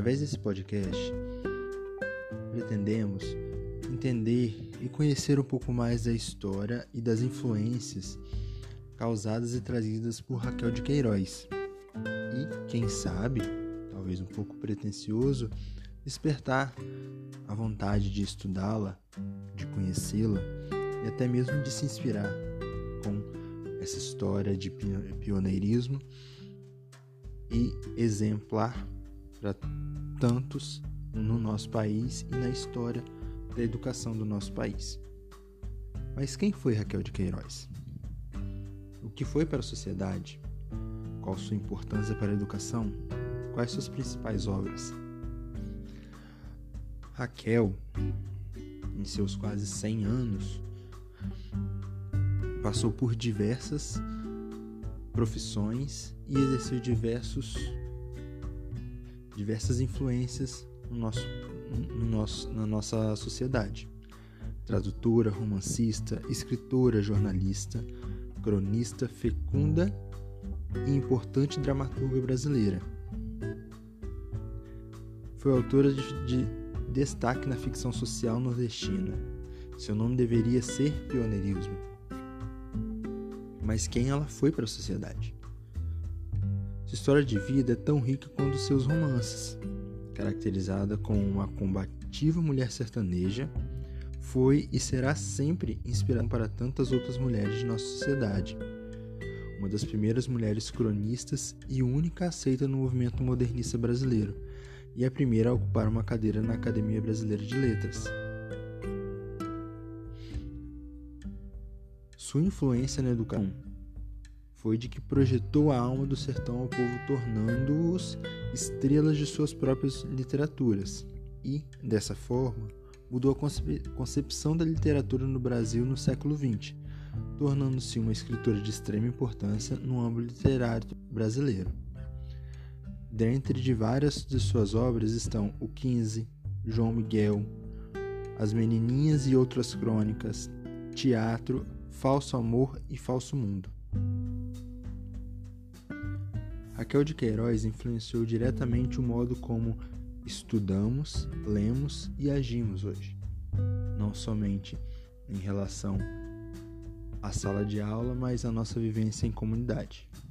Através desse podcast, pretendemos entender e conhecer um pouco mais da história e das influências causadas e trazidas por Raquel de Queiroz. E, quem sabe, talvez um pouco pretensioso, despertar a vontade de estudá-la, de conhecê-la e até mesmo de se inspirar com essa história de pioneirismo e exemplar para tantos no nosso país e na história da educação do nosso país. Mas quem foi Raquel de Queiroz? O que foi para a sociedade? Qual sua importância para a educação? Quais suas principais obras? Raquel, em seus quase 100 anos, passou por diversas profissões e exerceu diversas influências na nossa sociedade. Tradutora, romancista, escritora, jornalista, cronista, fecunda e importante dramaturga brasileira. Foi autora de destaque na ficção social nordestina. Seu nome deveria ser pioneirismo. Mas quem ela foi para a sociedade? Sua história de vida é tão rica quanto seus romances. Caracterizada como uma combativa mulher sertaneja, foi e será sempre inspiração para tantas outras mulheres de nossa sociedade. Uma das primeiras mulheres cronistas e única aceita no movimento modernista brasileiro, e a primeira a ocupar uma cadeira na Academia Brasileira de Letras. Sua influência na educação foi de que projetou a alma do sertão ao povo, tornando-os estrelas de suas próprias literaturas, e, dessa forma, mudou a concepção da literatura no Brasil no século XX, tornando-se uma escritora de extrema importância no âmbito literário brasileiro. Dentre de várias de suas obras estão O 15, João Miguel, As Menininhas e Outras Crônicas, Teatro, Falso Amor e Falso Mundo. Raquel de Queiroz influenciou diretamente o modo como estudamos, lemos e agimos hoje, não somente em relação à sala de aula, mas à nossa vivência em comunidade.